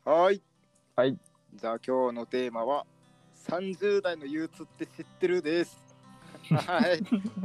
はい。 はい。 じゃあ今日のテーマは30代の憂鬱って知ってるです。はい。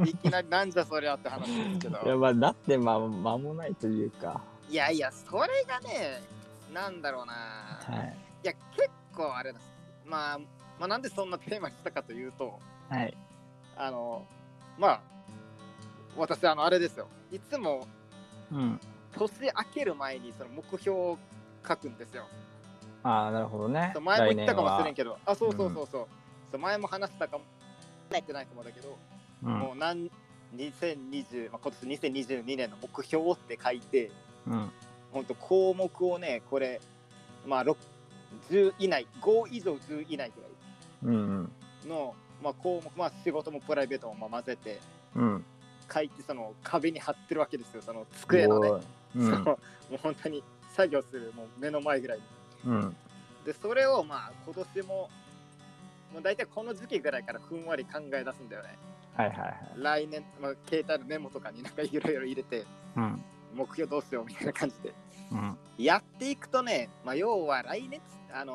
いきなりなんじゃそりゃって話ですけど。 いや、だって間もないというか。 いやいや、それがね、なんだろうな。 はい。 いや、結構あれです。まあ、なんでそんなテーマにしたかというと、 はい。 まあ、私、あれですよ。いつも、年明ける前にその目標を書くんですよ。 ああ、なるほどね。 前も言ったかもしれんけど、そう前も話したかもないってないかもだけど、もう2020、今年2022年の目標って書いて、ほんと項目をね、これ、10以内、5以上10以内ぐらいの、項目、仕事もプライベートも混ぜて、書いて、その壁に貼ってるわけですよ、その机のね。もう本当に作業するもう目の前ぐらいに。で、それを今年もう大体この時期ぐらいからふんわり考え出すんだよね。来年、携帯のメモとかになんかいろいろ入れて、目標どうしようみたいな感じで、やっていくとね、要は来年、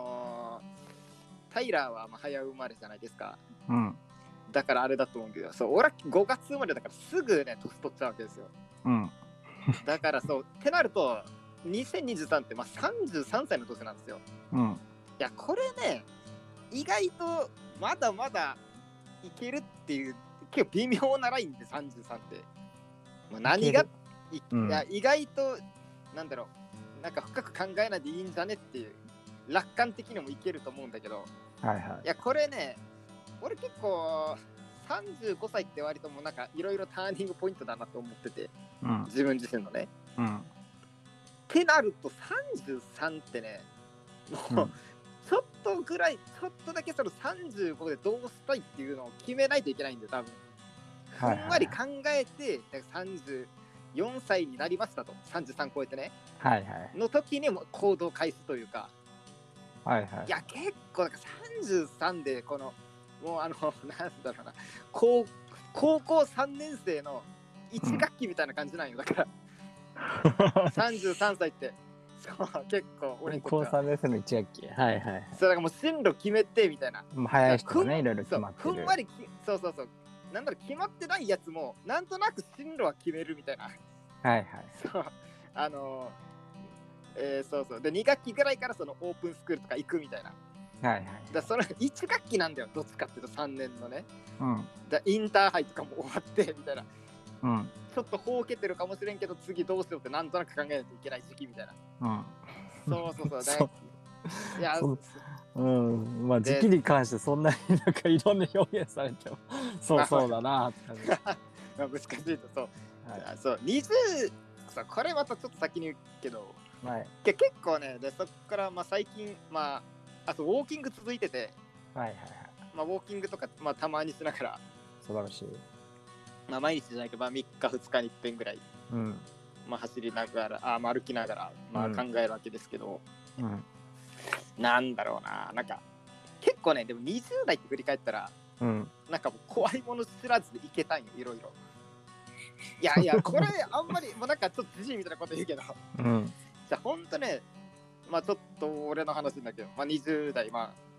タイラーは早生まれじゃないですか。だからあれだと思うけど、俺は5月生まれだからすぐね、年取っちゃうわけですよ。だからってなると、2023って33歳の年なんですよ。いや、これね、意外とまだまだいけるっていう、結構微妙なラインで33って。何が、いや意外と、なんだろう、なんか深く考えないでいいんじゃねっていう、楽観的にもいけると思うんだけど、いや、これね、俺結構、35歳って割ともうなんかいろいろターニングポイントだなと思ってて、自分自身のね。ってなると33ってね、もう、ちょっとだけその35でどうしたいっていうのを決めないといけないんで、多分。ふんわり考えて、34歳になりましたと、33超えてね。の時にも行動を開始というか。いや、結構、なんか33で、この、もうなんだろうな、高校3年生の1学期みたいな感じなんよ、だから。33歳って。結構俺にとっては。 高3年生の1学期。 だからもう進路決めてみたいな。 早い人はね、いろいろ決まってる。 ふんわりなんだろう、決まってないやつもなんとなく進路は決めるみたいな。で2学期ぐらいからそのオープンスクールとか行くみたいな。だその1学期なんだよ、どっちかっていうと3年のね。だインターハイとかも終わってみたいな。ちょっとほうけてるかもしれんけど、次どうしようってなんとなく考えないといけない時期みたいな。いや、 時期に関してそんなになんかいろんな表現されてもそうだなって感じ。 難しいと20、これまたちょっと先に言うけど、結構ね、でそこから最近あとウォーキング続いてて、ウォーキングとかたまにしながら、 素晴らしい。 毎日じゃないけど3日2日に1遍ぐらい、走りながら歩きながら考えるわけですけど、なんだろうな、なんか結構ね、でも20代って振り返ったら、なんかもう怖いもの知らずでいけたんよ、いろいろ。いやこれあんまりなんかちょっと自信みたいなこと言うけど、じゃあほんとね、ちょっと俺の話だけど、20代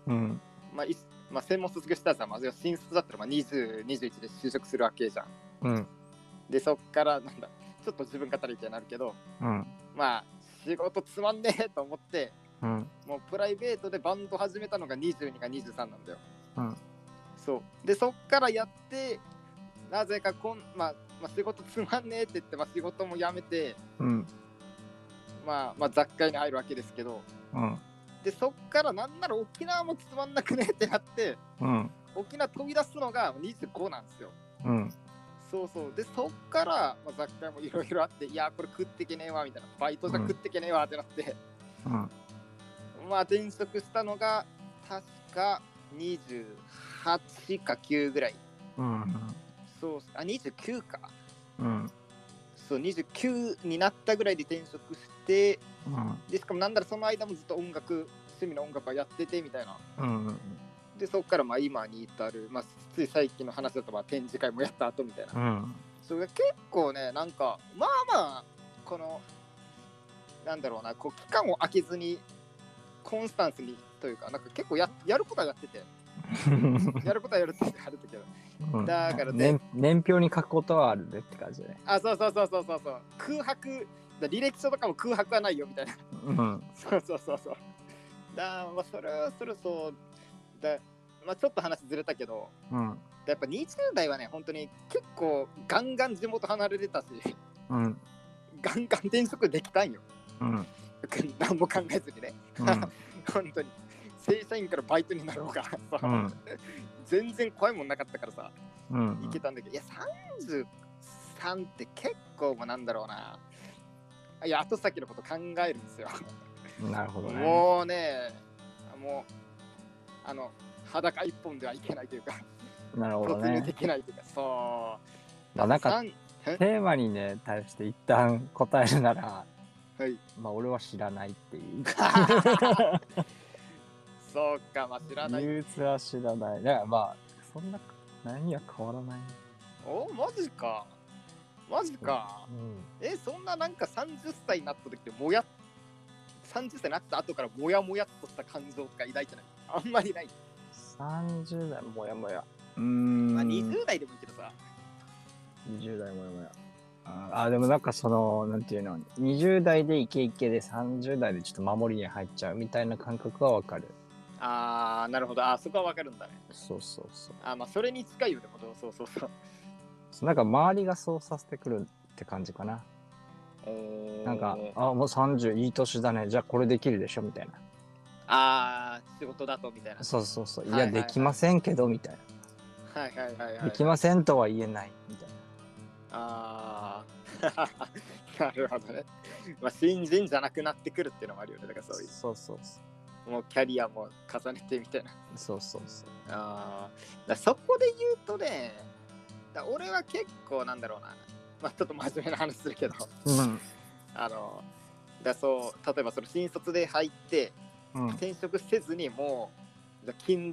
専門卒業したら新卒だったら20、21で就職するわけじゃん。でそっからなんだ、ちょっと自分語りみたいになるけど、仕事つまんねえと思って、もうプライベートでバンド始めたのが22か23なんだよ。でそっからやって、なぜか仕事つまんねえって言って、仕事も辞めて、雑貨屋に入るわけですけど、でそっからなんなら沖縄もつまんなくねってなって、沖縄飛び出すのが25なんですよ。でそっから雑貨屋もいろいろあって、いやこれ食ってけねえわみたいな、バイトじゃ食ってけねえわってなって、転職したのが確か28か9ぐらい。29か。29になったぐらいで転職して、でしかもなんだらその間もずっと趣味の音楽はやっててみたいな。でそこから今に至る、つい最近の話だと展示会もやった後みたいな。それが結構ね、なんかこのなんだろうな、期間を空けずにコンスタンスにというか、なんか結構やることはやってて、やることはやるってあるけど、 うん、 だからね、 年表に書くことはあるねって感じで。 あ、そう、空白、履歴書とかも空白はないよみたいな。 うん。 そう。まあ、それそうだ、まあ、ちょっと話ずれたけど、 うん、 やっぱ20代はね、本当に結構ガンガン地元離れてたし、 うん、 ガンガン転職できたんよ。 うん、 何も考えずにね。 うん、 本当に。正社員からバイトになろうか。 うん、 全然怖いもんなかったからさ、 うん、 いけたんだけど、いや、33って結構もうなんだろうな。いや、後先のこと考えるんですよ。 なるほどね。 もうね、裸一本ではいけないというか、 なるほど突入ね。 できないというか、そう。 まあ、なんかテーマにね対して一旦答えるなら、 はい、 まあ俺は知らないっていう。 そうか、まあ知らない。 憂鬱は知らない。だからまあそんな何は変わらない。 お、マジか。 うん、 そんななんか30歳になった時って30歳になった後からもやもやっとした感情とか抱いてない？あんまりない。 30代もやもや。 まあ20代でもいいけどさ。 20代もやもや。でもなんかそのなんていうの、20代でイケイケで30代でちょっと守りに入っちゃうみたいな感覚はわかる。 なるほど。そこはわかるんだね。 そう。 まあそれに近いよ、でもそう。 なんか周りがそうさせてくるって感じかな。なんかもう30いい年だね、じゃあこれできるでしょみたいな。仕事だとみたいな。 そういや、できませんけどみたいな。できませんとは言えないみたいな。なるほどね。まあ新人じゃなくなってくるっていうのもあるよね。だからそういう。 そうもうキャリアも重ねてみたいな。 そう。 そこで言うとね、俺は結構なんだろうな。まあちょっと真面目な話するけど。 うん。 例えばその新卒で入って、転職せずにもう勤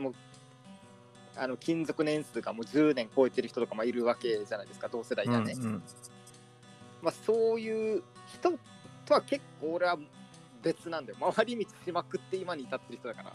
続年数がもう10年超えてる人とかもいるわけじゃないですか、同世代じゃね。まあそういう人とは結構俺は別なんだよ。回り道しまくって今に至ってる人だから。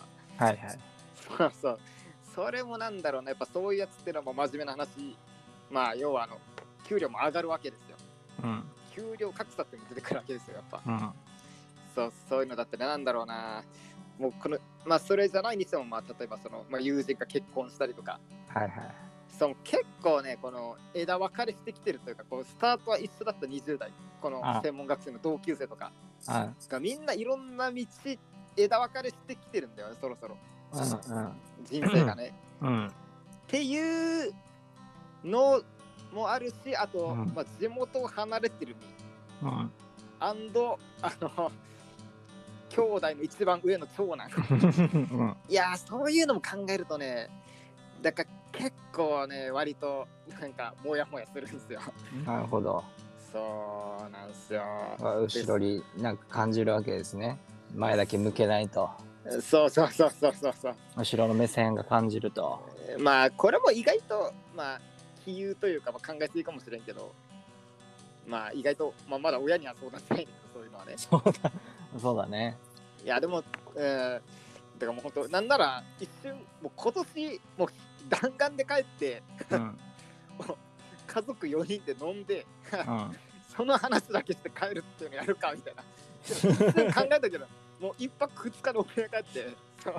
そう。それもなんだろうな、やっぱそういうやつってのは真面目な話。まあ要は給料も上がるわけですよ。給料格差っても出てくるわけですよ、やっぱ。そういうのだったらなんだろうな。もうまあそれじゃないにしても、まあ例えば友人が結婚したりとか。結構ね、この枝分かれしてきてるというか、スタートは一緒だった20代、この専門学生の同級生とかがみんないろんな道枝分かれしてきてるんだよね、そろそろ。人生がね。っていうのもあるし、あと、まあ、地元を離れてる身、兄弟の一番上の長男。いやそういうのも考えるとね、だから結構ね、割となんかモヤモヤするんですよ。 なるほど。 そうなんですよ。 後ろになんか感じるわけですね。前だけ向けないと。 そう。 後ろの目線が感じると。 まあこれも意外とまあ比喩というか、まあ、考えすぎかもしれんけど、まあ意外と、まあ、まだ親には相談してないんだけど、そういうのはね。 そうだね。 いやでも、だからもう本当なんなら一瞬もう今年もう弾丸で帰って、もう家族4人で飲んで、その話だけして帰るっていうのやるかみたいな考えたけど、もう1泊2日で遅れ帰って、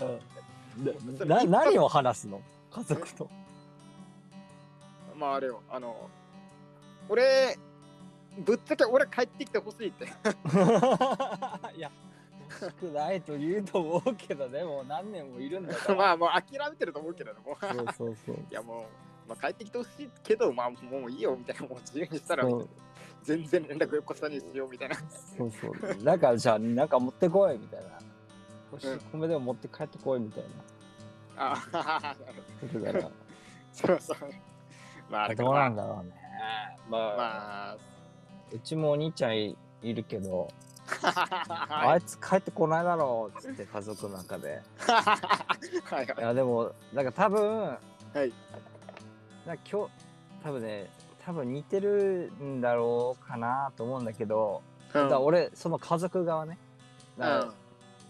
何を話すの家族と。 まああれよ、俺ぶっちゃけ俺帰ってきてほしいっていや欲しくないと言うと思うけどね、もう何年もいるんだからまあもう諦めてると思うけどね、もうそういやもう、まあ、帰ってきてほしいけど、まあもういいよみたいな、もう自由にしたら全然連絡よこさにしようみたいな。 そうなんかじゃあなんか持ってこいみたいな、欲しい米でも持って帰ってこいみたいな。なるほど。 そうまあどうなんだろうね。 まあうちもお兄ちゃんいるけどあいつ帰ってこないだろうっつって家族の中でいやでもなんか多分なんか多分似てるんだろうかなと思うんだけど、だ俺その家族側ね、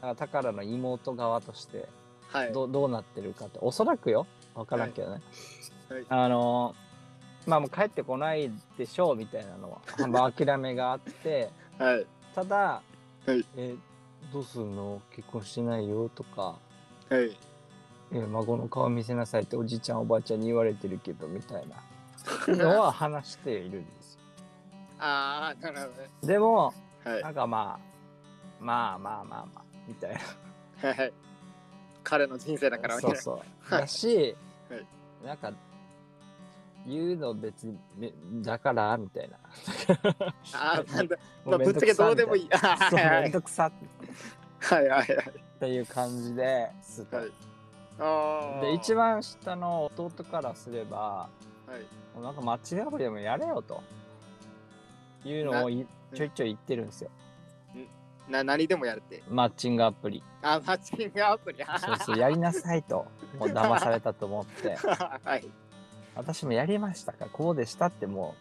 なんか宝の妹側として、 はい、 どうなってるかって、おそらくよ、分からんけどね。 はい、 まあもう帰ってこないでしょうみたいなのは、諦めがあって、 はい、 ただ、 はい、 どうすんの結婚してないよとか、 はい。 孫の顔見せなさいっておじいちゃんおばあちゃんに言われてるけどみたいなのは話しているんですよ。 ああ、なるほどね。 でも、 はい、 なんかまあみたいはい。彼の人生だかな。 らみたいな。 そうそう。だし、 はい、 なんか言うの別にだからみたいな。 ああ、なんだ、まあ、 もうめんどぶっちゃけどくさみたいうでもいい。 な。そう、 はい、はめんい、 どくさっはい、はい、はい。 ていう感じですと。 はい。あで、一番下の弟からすれば、 あ、はい。 もうなんかマッチングアプリでもやれよというのな、 をちょいちょい言ってるんですよ。 何でもやるって。 マッチングアプリ。 あ、マッチングアプリ。 そうそう、やりなさいと。もう騙されたと思って。 はい。 私もやりましたから、こうでしたっても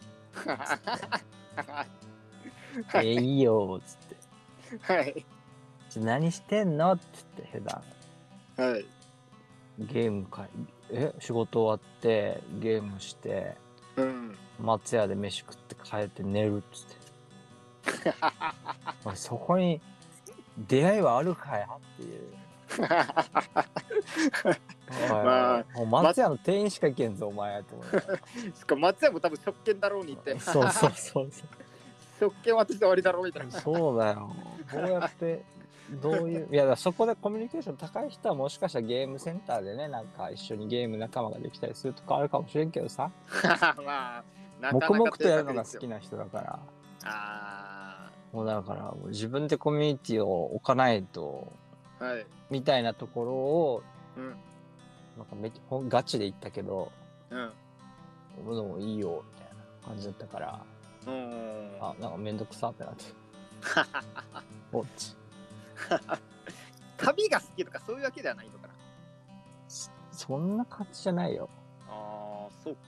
う、いいよ、つって。 はい。 何してんのっつって普段。 はい。 ゲームか仕事終わってゲームしてうん。 松屋で飯食って帰って寝るっつってそこに出会いはあるかやっていうまあ、 もう松屋の店員しかいけんぞお前と思しかも松屋も多分食券だろうにって。 そう食券渡して終わりだろうみたいな。 そうだよどうやってどういういやそこでコミュニケーション高い人はもしかしたらゲームセンターでねなんか一緒にゲーム仲間ができたりするとかあるかもしれんけどさまあ、なかなか黙々とやるのがですよ。 好きな人だからあもうだからもう自分でコミュニティを置かないとあ、はい。 みたいなところをうん。 なんかガチで言ったけどうん。 もういいよみたいな感じだったからなんかめんどくさってなっておっち旅が好きとかそういうわけではないのかな。 そんな感じじゃないよああ、そっか。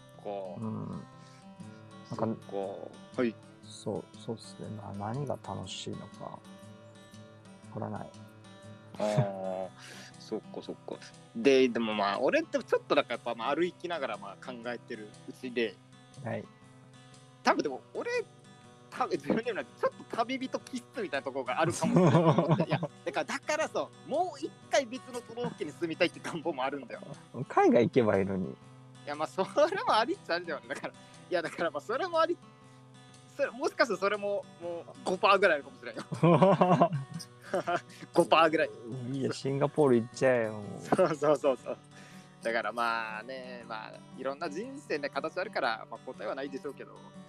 なんかはい。 そうっすね何が楽しいのかわからないああ、そっか。でもまあ、俺ってちょっとだからやっぱ歩きながらまあ考えてるうちで、 はい多分でも俺、自分でもちょっと旅人気質みたいなところがあるかもしれないと思って。いや、だからそう、もう一回別の都道府県に住みたいって願望もあるんだよ。 海外行けばいいのに。 いや、まあ、それもありっちゃありだよね。だから、まあ、それもあり、もしかしたらそれも、もう5%ぐらいあるかもしれないよ。5%ぐらい。 いいや、シンガポール行っちゃえよ。 そう。だからまあね、まあ、いろんな人生で形あるから、まあ、答えはないでしょうけど。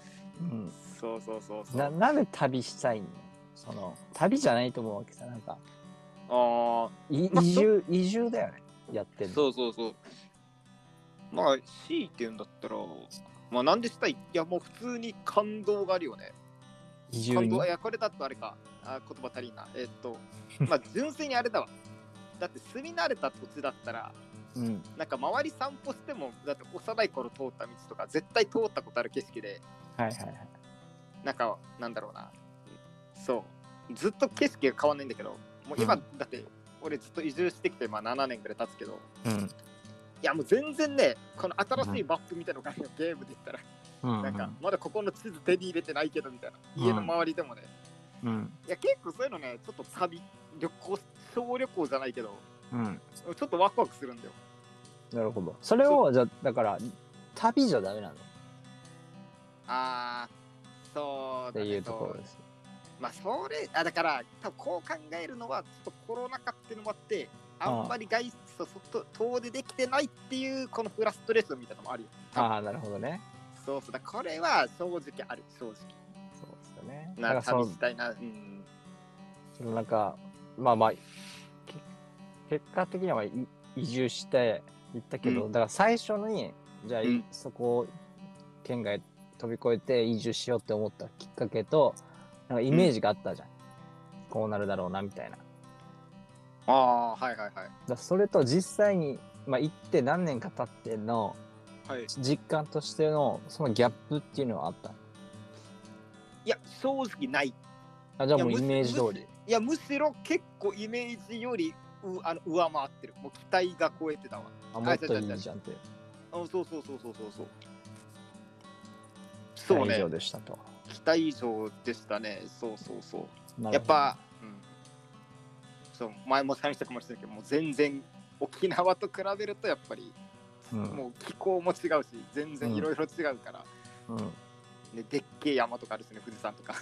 そう。 なんで旅したいんその旅じゃないと思うわけさなんか移住だよねやってるそうまあ C って言うんだったらまあなんでしたいいやもう普通に感動があるよね感動いやこれだとあれか言葉足りんなまあ純粋にあれだわだって住み慣れた土地だったらなんか周り散歩してもだって幼い頃通った道とか絶対通ったことある景色でなんかなんだろうなそうずっと景色が変わんないんだけどもう今、だって俺ずっと移住してきてまあ7年ぐらい経つけど、いやもう全然ねこの新しいマップみたいなのがゲームで言ったら、なんかまだここの地図手に入れてないけどみたいな家の周りでもね、いや結構そういうのねちょっと小旅行じゃないけど、ちょっとワクワクするんだよ。 なるほど。それをじゃだから旅じゃダメなのそうっていうところです。 まあそれだから多分こう考えるのはちょっとコロナ禍っていうのもあってあんまり外出遠出できてないっていうこのフラストレーションみたいなのもあるよ。 なるほどね。 そうだこれは正直ある正直。 そうですよね。 旅したいな。 なんかまあ結果的には移住して行ったけど、だから最初にじゃあ、そこ県外飛び越えて移住しようって思ったきっかけとなんかイメージがあったじゃん、こうなるだろうなみたいな。 はいだそれと実際に、行って何年か経っての実感としてのそのギャップっていうのはあった？ いや正直ない。 じゃあもうイメージ通り。 いや、むしろ結構イメージより上回ってる。もう期待が超えてたわ。 もっといいじゃんって。 そうそう。 期待以上でしたと。 期待以上でしたね。そう。やっぱ、そう、前も話したかもしれないけど、もう全然沖縄と比べるとやっぱり、もう気候も違うし、全然いろいろ違うから、ね、でっけえ山とかあるしね、富士山とか。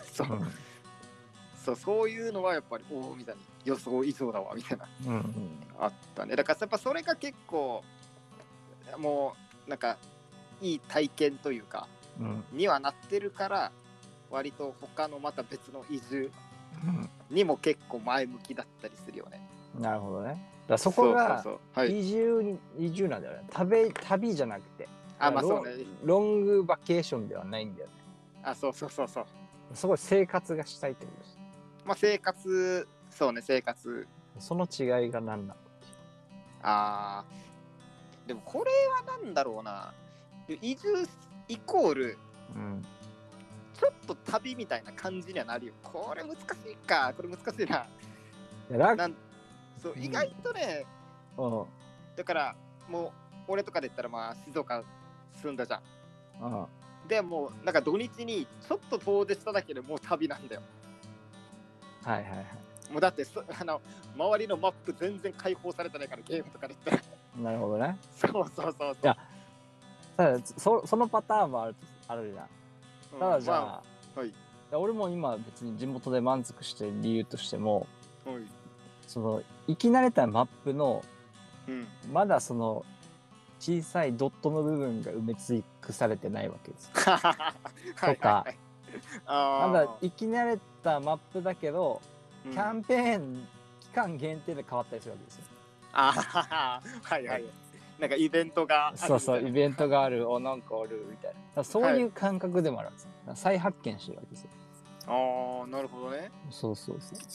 そういうのはやっぱりおおみたいに予想以上だわみたいな、あったね。だからやっぱそれが結構もうなんかいい体験というか、にはなってるから、割と他のまた別の移住にも結構前向きだったりするよね。 なるほどね。だからそこが移住なんだよね。旅じゃなくて。 そうね。 ロングバケーションではないんだよね。 そう。 すごい生活がしたいってことです。 生活、そうね、生活。 その違いが何なの？ でもこれはなんだろうな。移住イコール、ちょっと旅みたいな感じにはなるよ。これ難しいか。これ難しいな。意外とね、だからもう俺とかで言ったら静岡住んだじゃん。でもうなんか土日にちょっと遠出しただけでもう旅なんだよ。もうだって周りのマップ全然開放されてないから、ゲームとかで言ったら。 なるほどね。 そう。 いや、ただそのパターンもあるじゃん。ただじゃあ、俺も今別に地元で満足してる理由としても、その生き慣れたマップの、まだその小さいドットの部分が埋め尽くされてないわけです。とか、まだ生き慣れたマップだけど、キャンペーン期間限定で変わったりするわけですよ。 なんかイベントがある。 そうイベントがある、なんかあるみたいな。そういう感覚でもあるんですよ。再発見してるわけですよ。 なるほどね。 そう。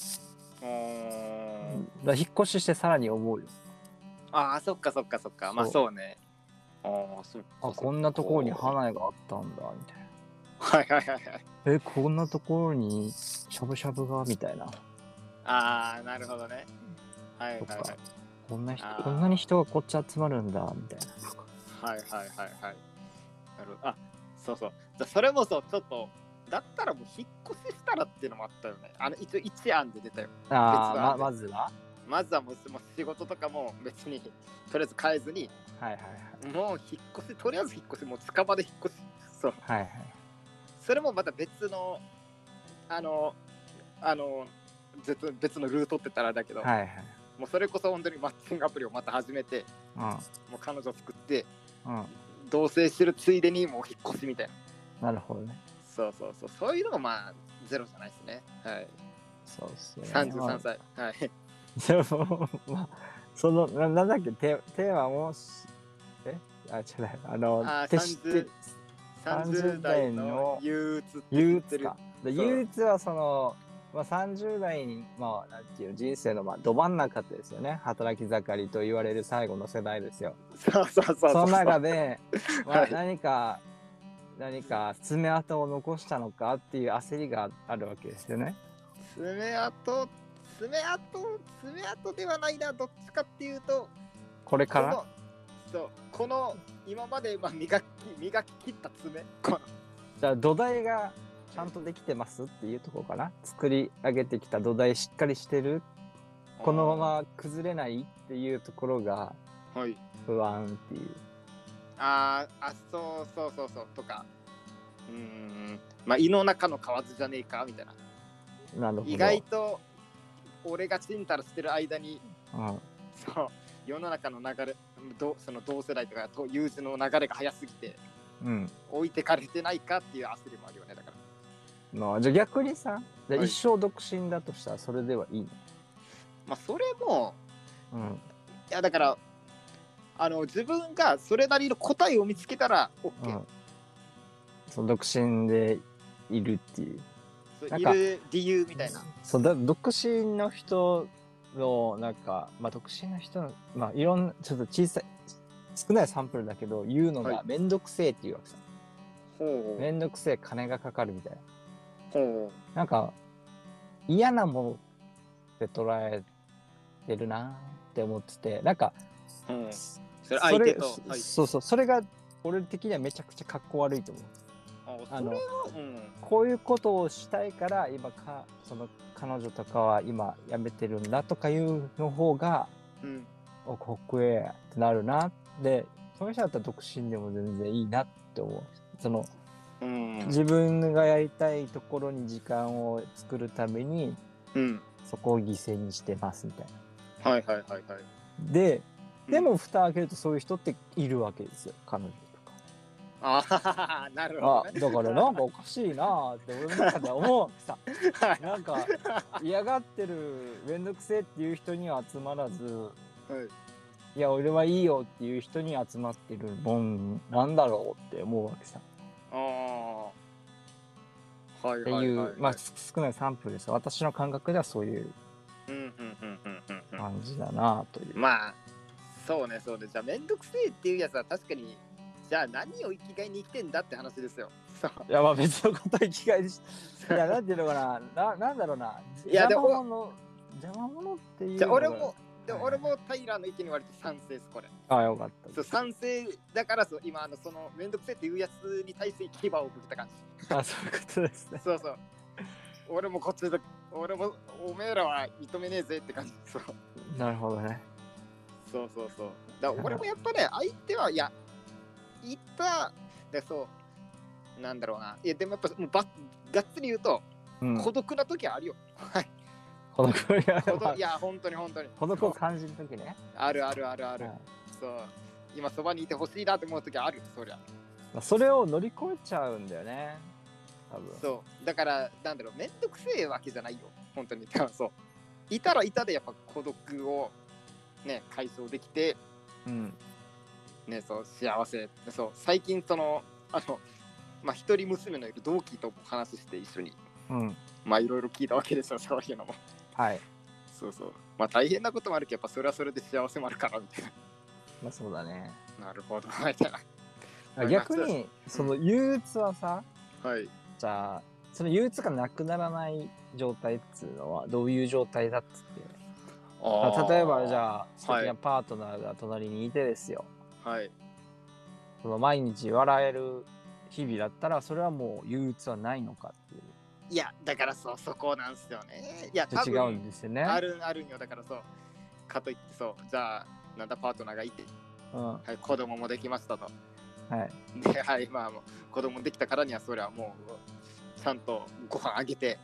だ引っ越ししてさらに思うよ。 そっか。そうね。 こんなところに花があったんだみたいな。こんなところにしゃぶしゃぶがみたいな。 なるほどね。 こんなに人がこっち集まるんだみたいな。 なるほど。そう。じゃそれもちょっとだったらもう引っ越ししたらっていうのもあったよね。一応一案で出たよ。 まずはもう仕事とかも別にとりあえず変えずに、もうとりあえず引っ越し、もう近場で引っ越し。それもまた別の別のルートって言ったらだけど、もうそれこそ本当にマッチングアプリをまた始めて、もう彼女作って、同棲してるついでにもう引っ越しみたいな。なるほどね。 そういうのもゼロじゃないですね。 そうですね。 33歳。 そのなんだっけテーマも30代の憂鬱か。憂鬱はその30代になんていう人生のど真ん中ですよね。働き盛りと言われる最後の世代ですよ。その中で何か爪痕を残したのかっていう焦りがあるわけですよね。 爪痕ではないな。どっちかっていうとこれからこの今まで磨き切った爪、 じゃあ土台がちゃんとできてますっていうところかな。作り上げてきた土台しっかりしてる、このまま崩れないっていうところが不安っていう。そうとか、胃の中の蛙じゃねえかみたいな。意外と俺がちんたらしてる間に、世の中の流れ、その同世代とか友人の流れが早すぎて、置いてかれてないかっていう焦りもあるよね。だからじゃあ逆にさ、一生独身だとしたらそれではいいの？ それも、いやだから自分がそれなりの答えを見つけたら OK。 その独身でいるっていう。 いる理由みたいな。 独身の人の独身の人のいろんなちょっと少ないサンプルだけど言うのがめんどくせえっていうわけさ。めんどくせえ、金がかかるみたいな。なんか嫌なものって捉えてるなって思ってて、なんか、 それ相手と、 そうそう、それが俺的にはめちゃくちゃかっこ悪いと思う。こういうことをしたいから今その彼女とかは今やめてるんだとかいうの方が、かっこええってなるな。で、その人だったら独身でも全然いいなって思う。その、自分がやりたいところに時間を作るために、そこを犠牲にしてますみたいな。はいはいはいはい。 でも蓋開けるとそういう人っているわけですよ、彼女とか。 ああ、なるほど、ね。 だからなんかおかしいなって俺の中で思うさ。なんか嫌がってるめんどくせえっていう人には集まらず、いや俺はいいよっていう人に集まってるもんなんだろうって思うわけさ。っていう、まあ少ないサンプルです。私の感覚ではそういう感じだなという。 まあそうね。じゃあめんどくせえっていうやつは確かに、じゃあ何を生きがいに生きてんだって話ですよ。 いやまあ別のこと生きがいにしいやなんていうのかな、なんだろうな、邪魔者っていう。 じゃあ俺もタイラーの意見に割と賛成です、これ。 よかった。 賛成だから今そのめんどくせえっていうやつに対して牙を向けた感じ。 そういうことですね。 そう俺もこっちで、俺もおめえらは認めねえぜって感じ。 なるほどね。 そうだから俺もやっぱね、相手は言ったで、なんだろうな。いやでもやっぱもうがっつり言うと、孤独な時はあるよ。はい。 孤独いや本当に孤独を感じる時ね。 ある。今そばにいてほしいなって思う時ある。そりゃ。 それを乗り越えちゃうんだよね。多分。 だからなんだろう、めんどくせえわけじゃないよ。本当に。いたらいたでやっぱ孤独をね解消できて、ね幸せ。最近まあ一人娘のいる同期とも話して一緒に、まあいろいろ聞いたわけですよ、そういうのも。 はい。 まあ大変なこともあるけど、やっぱそれはそれで幸せもあるからみたいな。 まあそうだね。 なるほどみたいな。逆にその憂鬱はさ、じゃあその憂鬱がなくならない状態っつうのはどういう状態だっつって。例えばじゃあ素敵なパートナーが隣にいてですよ。その毎日笑える日々だったらそれはもう憂鬱はないのかっていう。 いやだからそこなんですよね。いや多分違うんですよね。 あるんよ。だからかといってじゃあなんだパートナーがいて、子供もできましたと。でまあもう子供できたからにはそれはもうちゃんとご飯あげて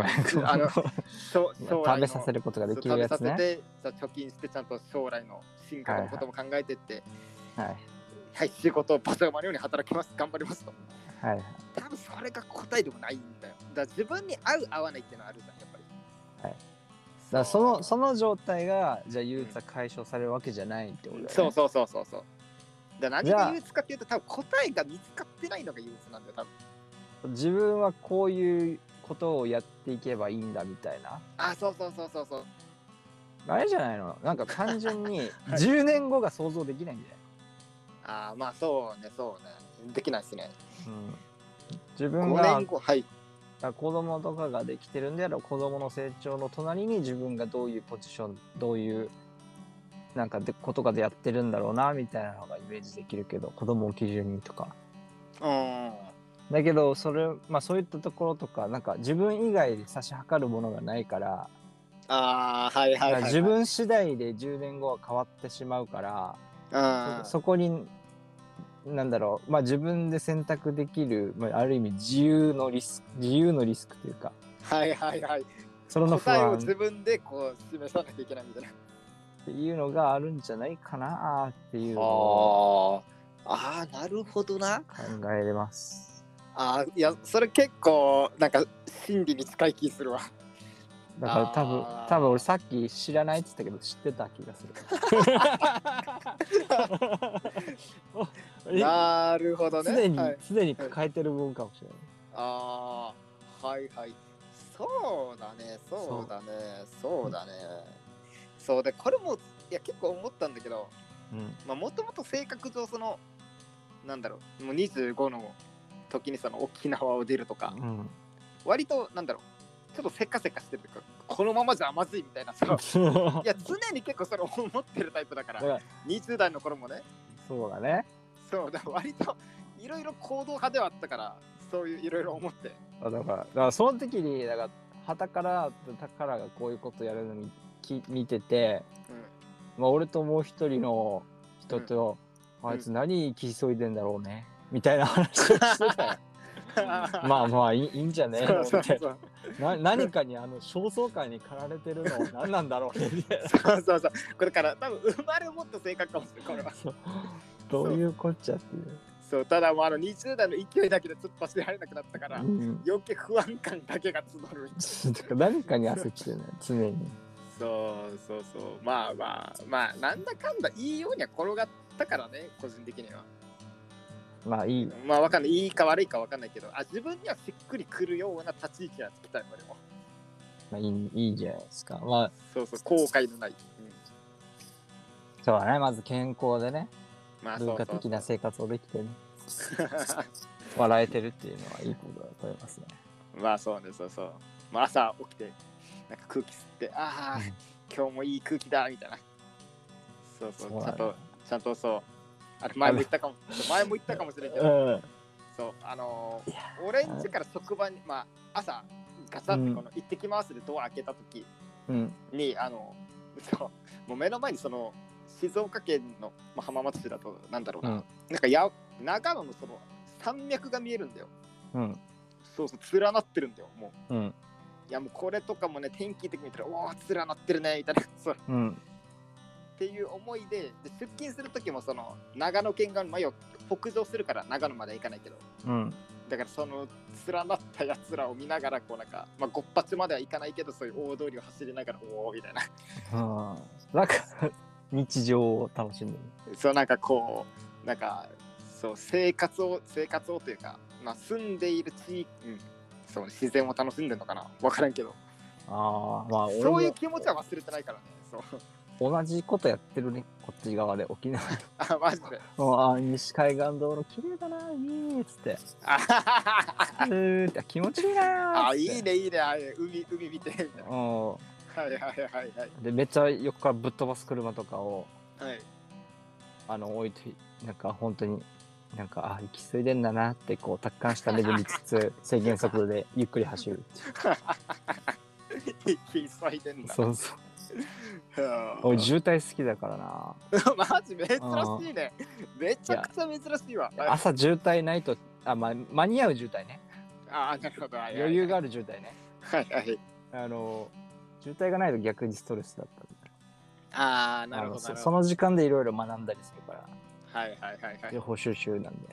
食べさせることができるやつね。 食べさせて貯金してちゃんと将来の進化のことも考えてって、仕事をバサバのように働きます、頑張りますと。多分それが答えでもないんだよ。だから自分に合う合わないっていうのはあるじゃん、やっぱり。 だからその状態がじゃあ憂鬱が解消されるわけじゃないってことだよね。 そうだから何が憂鬱かっていうと多分答えが見つかってないのが憂鬱なんだよ、多分。 自分はこういうことをやっていけばいいんだみたいな。 そうあれじゃないの、なんか単純に10年後が想像できないんだよ。 まあそうねできないですね。 自分が5年後子供とかができてるんであれば子供の成長の隣に自分がどういうポジションどういうなんかことかでやってるんだろうなみたいなのがイメージできるけど、子供を基準にとか。だけどそういったところとかなんか自分以外で差し測るものがないから、自分次第で10年後は変わってしまうから、そこになんだろう、自分で選択できる、ある意味自由のリスクというか、その答えを自分で示さなきゃいけないみたいなっていうのがあるんじゃないかなっていうのをなるほどな、 考えれます。 いやそれ結構なんか真理に近い気するわ。 だから多分俺さっき知らないって言ったけど知ってた気がする。なるほどね。 すでに抱えてる部分かもしれない。 そうだね。そうでこれも結構思ったんだけど、もともと性格上なんだろう、もう25の時に沖縄を出るとか、割となんだろうちょっとせかせかしてるというかこのままじゃまずいみたいな。そういや常に結構それ思ってるタイプだから、20代の頃もね。 そうだね。 そうだ、割といろいろ行動派ではあったから、そういういろいろ思って。 だからその時にだから旗からがこういうことやるのに見てて、まあ俺ともう一人の人と、あいつ何行き急いでんだろうねみたいな話をしてたよ。まあまあいいんじゃねえのって何かに焦燥感に駆られてるのは何なんだろうねみたいな。 そうこれから多分生まれもっと正確かもしれないこれは。 どういうこっちゃっていう。 そうただもう20代の勢いだけで突っ走られなくなったから、余計不安感だけが募る。 何かに焦ってね常に。 そうまあなんだかんだいいようには転がったからね個人的には。 まあいい。 まあわかんない。いいか悪いかわかんないけど、自分にはしっくりくるような立ち位置はつきたい、俺も。 まあいいじゃないですか。まあ、 そう後悔のない。 そうだね、まず健康でね、 まあ、 文化的な生活をできてね、笑えてるっていうのはいいことだと思いますね。 まあそうね、まあ朝起きて、なんか空気吸って、今日もいい空気だ、みたいな。ちゃんとあれ前も言ったかもしれんけど、俺ん家から職場に、まあ朝ガチャってこの行ってきますでドア開けた時に、もう目の前にその静岡県の浜松市だとなんだろうな、なんか長野のその山脈が見えるんだよ。連なってるんだよもう。いやもうこれとかもね天気的に見たらおお連なってるねみたいな。っていう思いで出勤する時もその長野県側の北上するから長野まで行かないけど、だからその連なったやつらを見ながらこうなんかごっぱちまでは行かないけどそういう大通りを走りながらおおみたいななんか日常を楽しんでる。 そうなんかこうなんかそう生活をというか、まあ、住んでいる地域、そう自然を楽しんでるのかな分からんけど、 まあそういう気持ちは忘れてないからね。 同じことやってるね、こっち側で沖縄で。 マジで。 西海岸道路綺麗だな、いいっつって。気持ちいいな。 いいね、海見てみたいな。はい。 で、めっちゃ横からぶっ飛ばす車とかを、置いて、なんか本当に、なんか、行き過ぎでんだなって、こう、達観した目で見つつ、制限速度でゆっくり走るっていう。行き急いでんだ。 そう。俺渋滞好きだからな。 マジ珍しいね。めちゃくちゃ珍しいわ。 朝渋滞ないと間に合う渋滞ね。 なるほど。 余裕がある渋滞ね。渋滞がないと逆にストレスだったんだ。 なるほど。 その時間でいろいろ学んだりするから。情報収集なんで。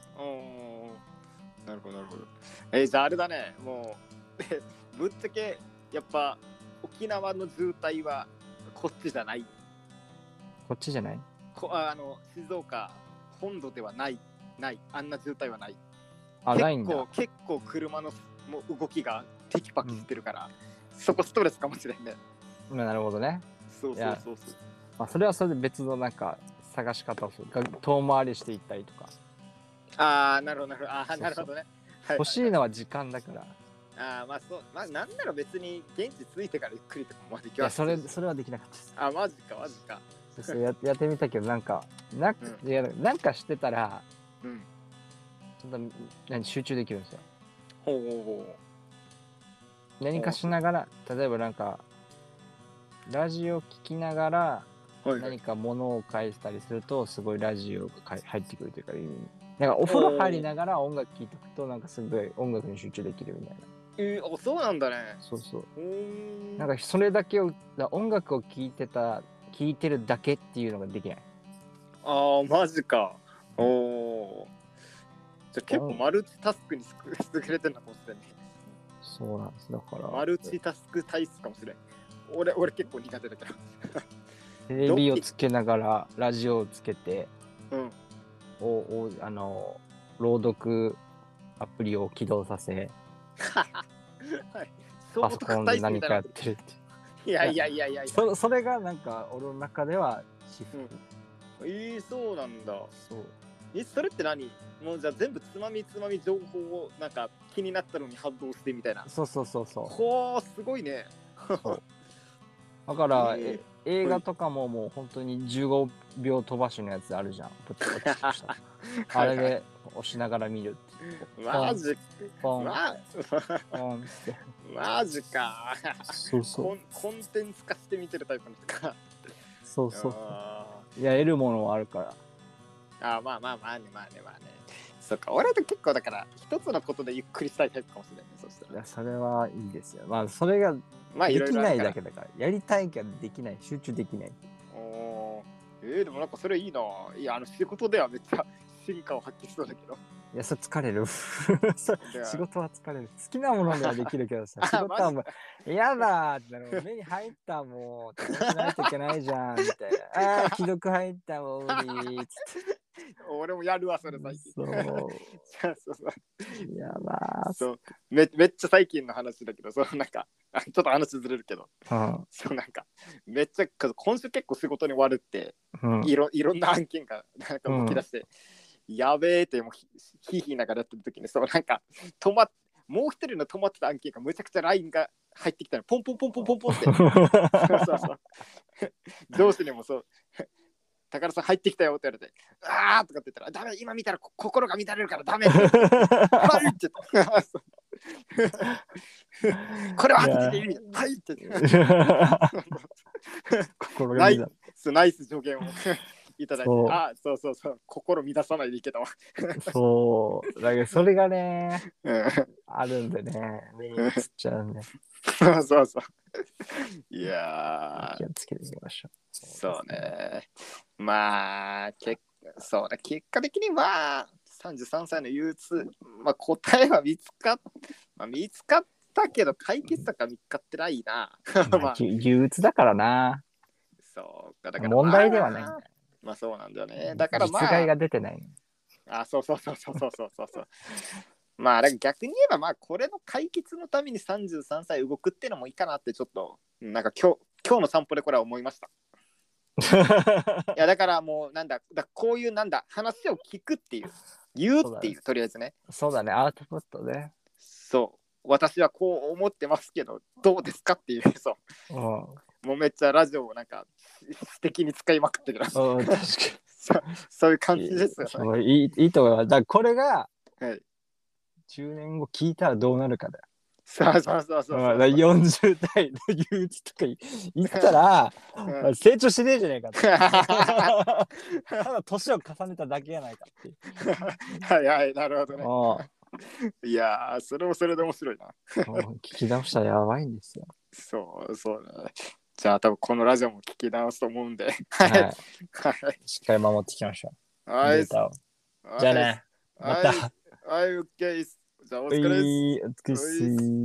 なるほど。じゃああれだね。もうぶっちゃけやっぱ沖縄の渋滞はこっちじゃない。 こっちじゃない？ 静岡本土ではないあんな渋滞はない。 ないんだ。 結構車のもう動きがテキパキしてるから、そこストレスかもしれんね。 なるほどね。 そう。 それはそれで別のなんか探し方をする。遠回りしていったりとか。 なるほど。なるほどね。 欲しいのは時間だから。 なんなら別に現地着いてからゆっくりとかまで行きます。 それはできなかったです。 マジか。 そうやってみたけどなんかしてたら、ちょっと集中できるんですよ。何かしながら、例えばなんかラジオ聞きながら何か物を返したりするとすごいラジオが入ってくるというか、なんかお風呂入りながら音楽聴いておくとなんかすごい音楽に集中できるみたいな。 そうなんだね。 そう。なんかそれだけを音楽を聴いてるだけっていうのができない。 マジか。じゃあ結構マルチタスクに優れてるのかもしれない。 そうなんです。だからマルチタスク体質かもしれん。俺結構苦手だけど。 テレビをつけながらラジオをつけて、朗読アプリを起動させ、パソコンで何かやってるって。 いや。 それがなんか俺の中ではシフト。 そうなんだ。 そう。 それって何？もうじゃあ全部つまみ情報をなんか気になったのに反応してみたいな。 そう。 ほー、すごいね。 そうだから、映画とかももう本当に15秒飛ばしのやつあるじゃん。ポチポチとしたあれで押しながら見るってマジポンポンってマジか。 そうそうコンテンツ化して見てるタイプの人か。 そうそういや得るものはあるから。 まあね。そっか、俺と結構だから一つのことでゆっくりしたいタイプかもしれないね。そしたら。 いやそれはいいですよ。まあそれができないだけだから、やりたいけどできない、集中できない。 でもなんかそれいいな。いや仕事ではめっちゃ進化を発揮しそうだけど。 いやそれ疲れる仕事は疲れる。好きなものではできるけどさ、仕事はもう嫌だってなる。目に入ったもう楽しないといけないじゃんみたいな。既読入ったもん無理っつって。 俺もやるわそれ最近。そうやばー。 そうめっちゃ最近の話だけど、なんかちょっと話ずれるけど、そうなんかめっちゃ今週結構仕事に終わるって、いろんな案件がなんか動き出して、やべえってもうヒーヒーながらやってる時になんかもう一人の止まってた案件がむちゃくちゃ LINE が入ってきたらポンポンポンポンポンポンってそう上司にも高田さん入ってきたよって言われて、あーとかって言ったら、ダメ、今見たら心が乱れるからダメってはいって言ったこれは後で意味だはいって心が乱れるナイス助言をいただいて、そう心乱さないでいけたわそうだけどそれがねあるんでね、目に映っちゃうんでそういや気をつけていきましょう。 そうね。まあそうだ、結果的には33歳の憂鬱、答えは見つかったけど解決策は見つかってないな憂鬱だからな。 そうだから問題ではないんだよ。 そうなんだよね。だから実害が出てない。 そうだから逆に言えばこれの解決のために33歳動くっていうのもいいかなってちょっとなんか今日の散歩でこれは思いましたいやだからもうこういう話を聞くっていう言うっていう、とりあえずね。 そうだね、アウトプットね。 私はこう思ってますけどどうですかっていうもうめっちゃラジオをなんか素敵に使いまくってる確かにそういう感じですよね。 いいと思います。だからこれが10年後聞いたらどうなるかだよ。 そう 40代の憂鬱とか言ったら、成長してねえじゃねえかってただ年を重ねただけやないかっていうはいなるほどね。いやそれもそれで面白いな聞き直したらやばいんですよ。 そうだね。じゃあ多分このラジオも聞き直すと思うんでしっかり守っていきましょう。じゃあね、また。 OK。じゃあお疲れです。 お疲れっす。